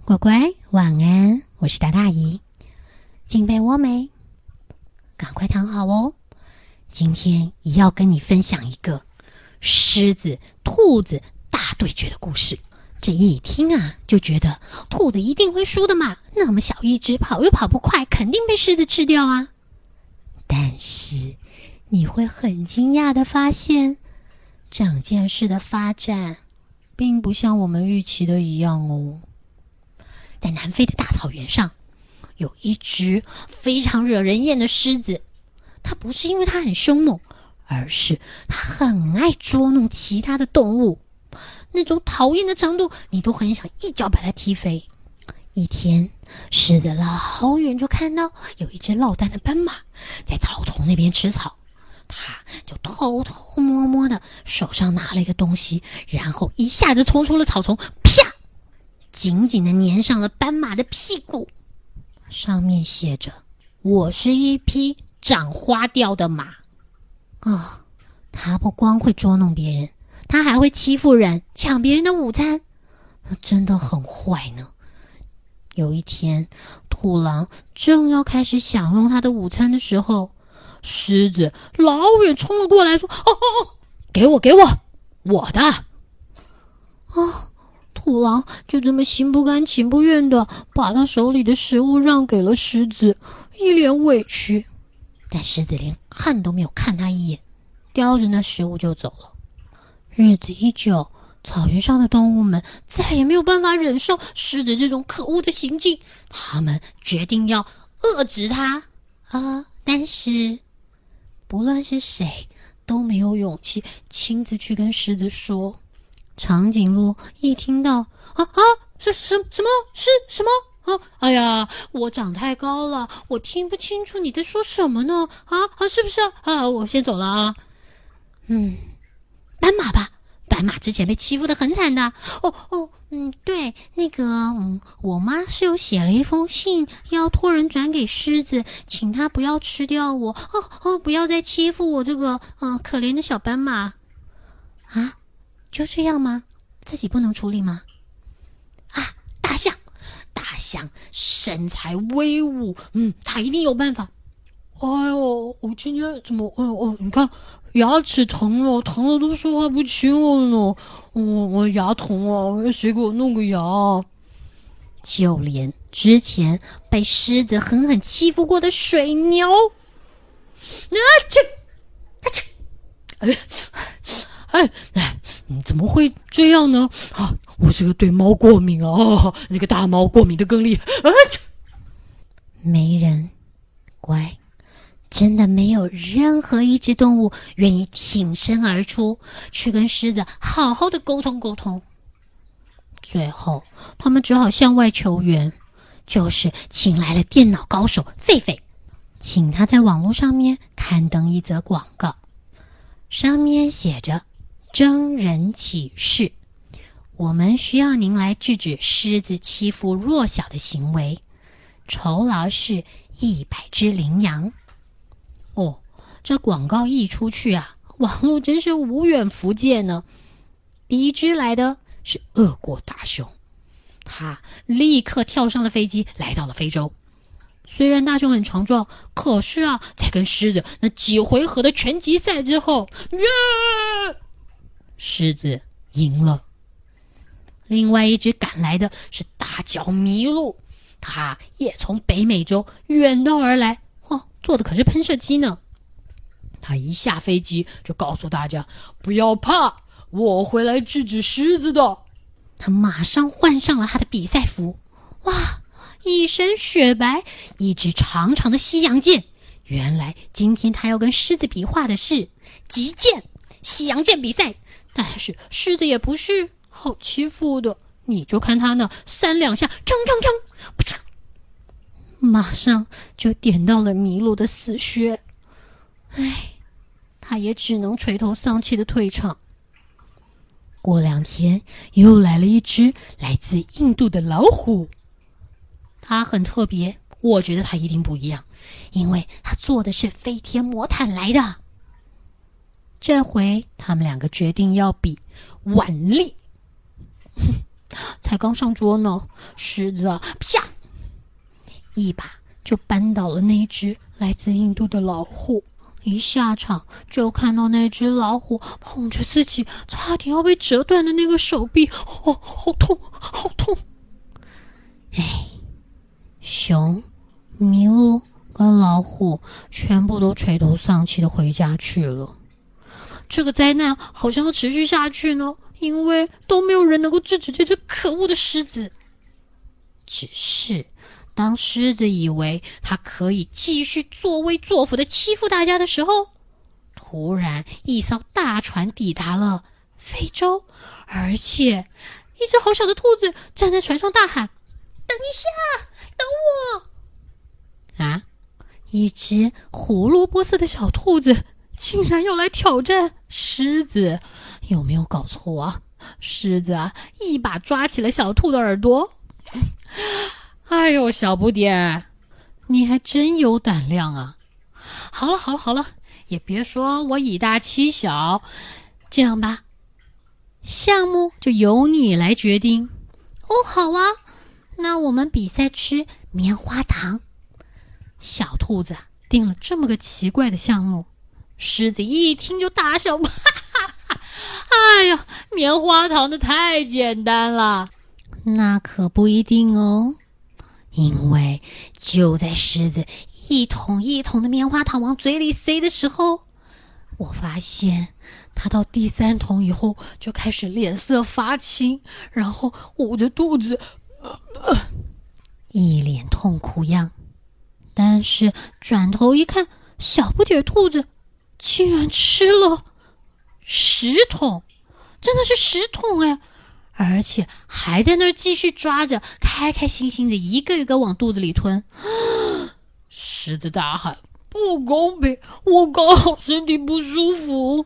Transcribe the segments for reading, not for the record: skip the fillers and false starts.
乖乖，晚安，我是大大姨。进被窝没？赶快躺好哦。今天也要跟你分享一个狮子、兔子大对决的故事。这一听啊，就觉得兔子一定会输的嘛，那么小一只，跑又跑不快，肯定被狮子吃掉啊。但是你会很惊讶的发现，整件事的发展并不像我们预期的一样哦。在南非的大草原上，有一只非常惹人厌的狮子。它不是因为它很凶猛，而是它很爱捉弄其他的动物，那种讨厌的程度，你都很想一脚把它踢飞。一天，狮子老远就看到有一只落单的斑马在草丛那边吃草，它就偷偷摸摸的手上拿了一个东西，然后一下子冲出了草丛，啪！紧紧地粘上了斑马的屁股，上面写着：我是一匹长花掉的马。他不光会捉弄别人，他还会欺负人，抢别人的午餐，他真的很坏呢。有一天，兔狼正要开始享用他的午餐的时候，狮子老远冲了过来说：给我，我的！兔狼就这么心不甘情不愿的把他手里的食物让给了狮子，一脸委屈。但狮子连看都没有看他一眼，叼着那食物就走了。日子一久，草原上的动物们再也没有办法忍受狮子这种可恶的行径，他们决定要遏制他。但是不论是谁都没有勇气亲自去跟狮子说。长颈鹿一听到什么是什么哎呀，我长太高了，我听不清楚你在说什么呢？是不是我先走了啊。斑马吧，斑马之前被欺负得很惨的。对，那个我妈是有写了一封信，要托人转给狮子，请他不要吃掉我，不要再欺负我这个可怜的小斑马。就这样吗？自己不能处理吗？大象身材威武，他一定有办法。我今天怎么你看牙齿疼了都说话不清了呢。我牙疼啊，谁给我弄个牙啊？就连之前被狮子狠狠欺负过的水牛，你怎么会这样呢？我是个对猫过敏啊，那个大猫过敏的更厉害。没人乖，真的没有任何一只动物愿意挺身而出，去跟狮子好好的沟通。最后，他们只好向外求援，就是请来了电脑高手狒狒，请他在网络上面刊登一则广告，上面写着：征人启事，我们需要您来制止狮子欺负弱小的行为，酬劳是100只羚羊。这广告一出去啊，网络真是无远弗届呢。第一只来的是俄国大熊，他立刻跳上了飞机，来到了非洲。虽然大熊很强壮，可是在跟狮子那几回合的拳击赛之后，狮子赢了。另外一只赶来的是大角麋鹿，它也从北美洲远道而来，坐的可是喷射机呢。他一下飞机就告诉大家，不要怕，我会来制止狮子的。他马上换上了他的比赛服，一身雪白，一支长长的西洋剑。原来今天他要跟狮子比划的是击剑西洋剑比赛，但是狮子也不是好欺负的，你就看他那3两下，马上就点到了麋鹿的死穴。他也只能垂头丧气的退场。过2天，又来了一只来自印度的老虎，它很特别，我觉得它一定不一样，因为它坐的是飞天魔毯来的。这回他们2个决定要比腕力。 才刚上桌呢，狮子啊，啪，一把就扳倒了那只来自印度的老虎。一下场就看到那只老虎捧着自己差点要被折断的那个手臂，哦，好痛，好痛！哎，熊、麋鹿跟老虎全部都垂头丧气的回家去了。这个灾难好像要持续下去呢，因为都没有人能够制止这只可恶的狮子。只是当狮子以为他可以继续作威作福的欺负大家的时候，突然一艘大船抵达了非洲，而且一只好小的兔子站在船上大喊：等一下，等我！啊，一只胡萝卜色的小兔子竟然要来挑战狮子，有没有搞错啊？狮子啊，一把抓起了小兔的耳朵。哎呦，小不点，你还真有胆量啊！好了好了好了，也别说我以大欺小，这样吧，项目就由你来决定。哦，好啊，那我们比赛吃棉花糖。小兔子定了这么个奇怪的项目，狮子一听就大笑，哈哈哈！哎呀，棉花糖的太简单了。那可不一定哦，因为就在狮子一桶一桶的棉花糖往嘴里塞的时候，我发现他到第3桶以后就开始脸色发青，然后捂着肚子，一脸痛苦样。但是转头一看，小不点兔子竟然吃了10桶，真的是10桶哎！而且还在那儿继续抓着，开开心心的一个一个往肚子里吞。狮子大喊：不公平，我刚好身体不舒服。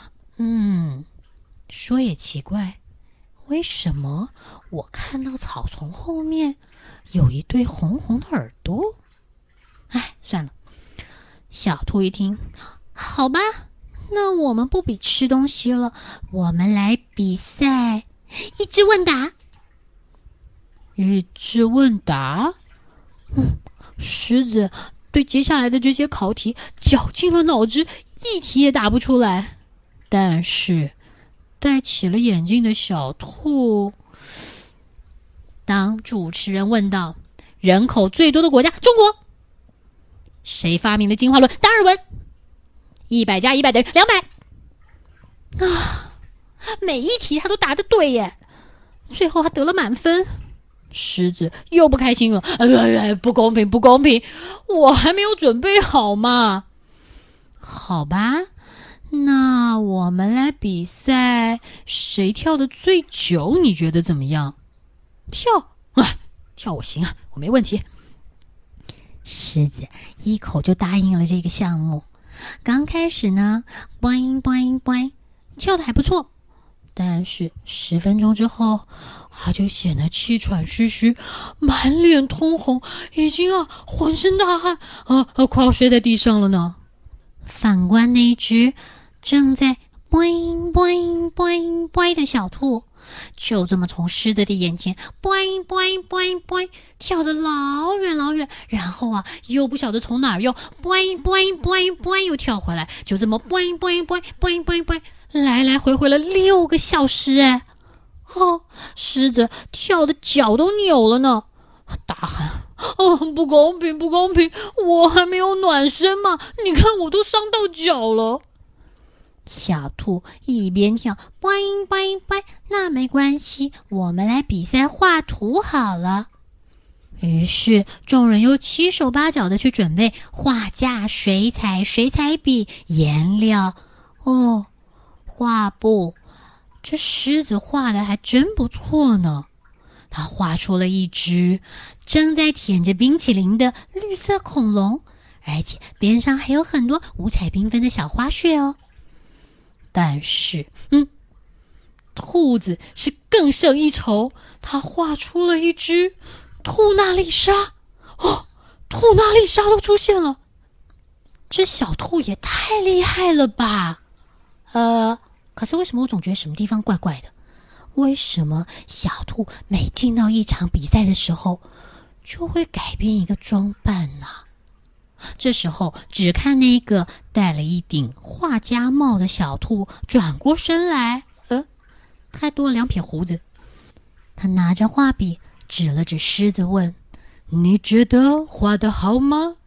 说也奇怪，为什么我看到草丛后面有一对红红的耳朵？哎，算了。小兔一听，好吧，那我们不比吃东西了，我们来比赛一知问答。一知问答？狮子对接下来的这些考题绞尽了脑汁，一题也答不出来。但是戴起了眼镜的小兔，当主持人问道：人口最多的国家中国，谁发明了进化论、达尔文？100加100等于200。每一题他都答得对耶，最后他得了满分。狮子又不开心了，不公平，不公平，我还没有准备好嘛。好吧，那我们来比赛谁跳得最久，你觉得怎么样？跳我行啊，我没问题。狮子一口就答应了这个项目。刚开始呢，boing boing boing，跳得还不错。但是10分钟之后，他就显得气喘吁吁，满脸通红，已经浑身大汗，快要睡在地上了呢。反观那只正在 boing boing boing boing 的小兔，就这么从狮子的眼前 boing boing boing boing 跳得老远老远，然后又不晓得从哪儿又 boing boing boing boing 又跳回来，就这么 boing boing boing boing boing boing 来来回回了6个小时哎！狮子跳的脚都扭了呢，大喊：不公平，不公平！我还没有暖身嘛，你看我都伤到脚了。小兔一边跳 boing boing boing， 那没关系，我们来比赛画图好了。于是众人又七手八脚的去准备画架、水彩、水彩笔、颜料。画布，这狮子画的还真不错呢。他画出了一只正在舔着冰淇淋的绿色恐龙，而且边上还有很多五彩缤纷的小花絮哦。但是兔子是更胜一筹，他画出了一只兔娜丽莎。兔娜丽莎都出现了，这小兔也太厉害了吧！可是为什么我总觉得什么地方怪怪的？ 为什么小兔每进到一场比赛的时候，就会改变一个装扮呢？这时候，只看那个戴了一顶画家帽的小兔转过身来，还多了2撇胡子。他拿着画笔指了指狮子问：“你觉得画得好吗？”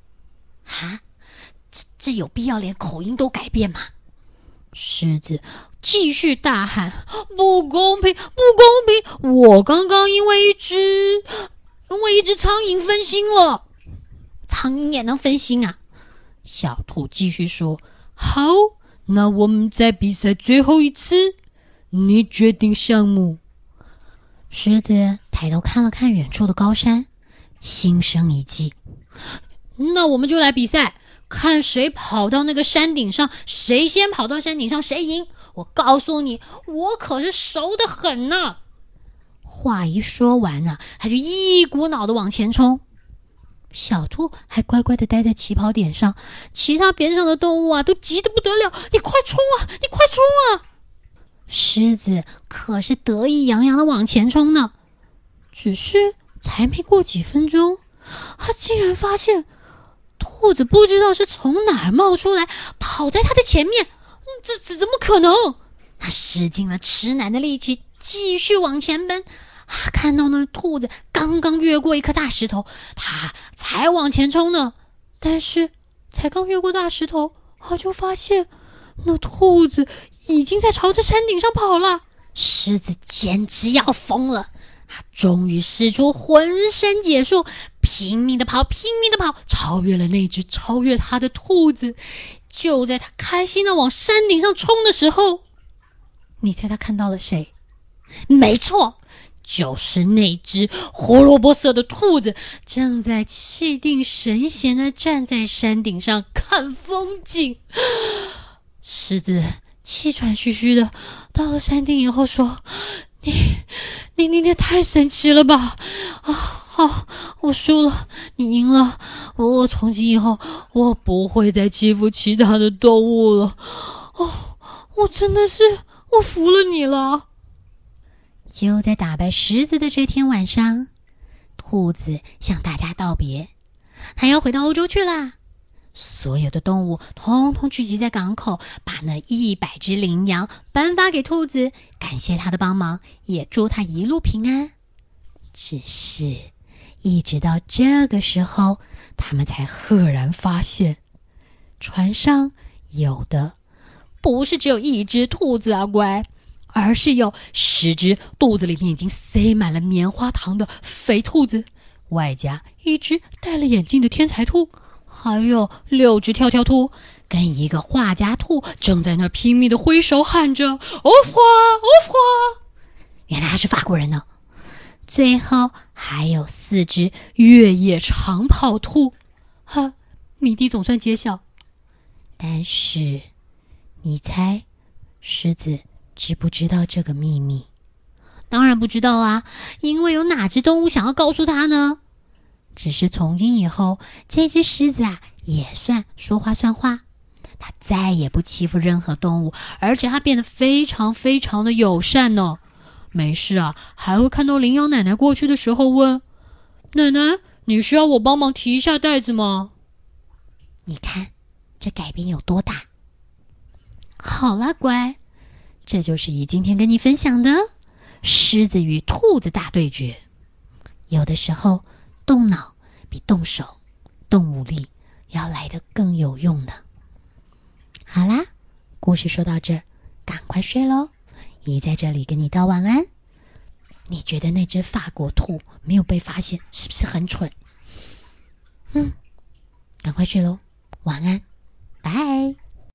这有必要连口音都改变吗？狮子继续大喊：“不公平，不公平！我刚刚因为一只苍蝇分心了。”苍蝇也能分心啊？小兔继续说：“好，那我们再比赛最后一次，你决定项目。”狮子抬头看了看远处的高山，心生一计：“那我们就来比赛，看谁跑到那个山顶上，谁先跑到山顶上谁赢。我告诉你，我可是熟得很呢。”话一说完啊，他就一股脑的往前冲。小兔还乖乖的待在起跑点上，其他边上的动物啊都急得不得了：“你快冲啊，你快冲啊！”狮子可是得意洋洋的往前冲呢，只是才没过几分钟，他竟然发现兔子不知道是从哪儿冒出来，跑在他的前面。这怎么可能？他使尽了吃奶的力气，继续往前奔。看到那兔子刚刚越过一颗大石头，他才往前冲呢。但是才刚越过大石头，他就发现那兔子已经在朝着山顶上跑了。狮子简直要疯了，他终于使出浑身解数，拼命的跑，超越了那只超越他的兔子。就在他开心的往山顶上冲的时候，你猜他看到了谁？没错，就是那只胡萝卜色的兔子，正在气定神闲地站在山顶上看风景。狮子气喘吁吁的到了山顶以后说：“你也太神奇了吧！好，我输了，你赢了。我从今以后我不会再欺负其他的动物了。我真的是我服了你了。”就在打败狮子的这天晚上，兔子向大家道别，它要回到欧洲去啦。所有的动物通通聚集在港口，把那100只羚羊颁发给兔子，感谢他的帮忙，也祝他一路平安。只是一直到这个时候，他们才赫然发现，船上有的不是只有1只兔子啊乖，而是有10只肚子里面已经塞满了棉花糖的肥兔子，外加1只戴了眼镜的天才兔，还有6只跳跳兔，跟1个画家兔正在那拼命的挥手喊着 au revoir。 原来他是法国人呢。最后还有4只越野长跑兔。谜底总算揭晓。但是你猜狮子知不知道这个秘密？当然不知道啊，因为有哪只动物想要告诉他呢？只是从今以后，这只狮子啊也算说话算话，它再也不欺负任何动物，而且它变得非常非常的友善呢。没事啊，还会看到羚羊奶奶过去的时候问：“奶奶，你需要我帮忙提一下袋子吗？”你看这改变有多大。好啦乖，这就是今天跟你分享的狮子与兔子大对决。有的时候动脑比动手、动武力要来得更有用呢。好啦，故事说到这儿，赶快睡咯。姨在这里跟你道晚安。你觉得那只法国兔没有被发现是不是很蠢？赶快睡咯，晚安，拜。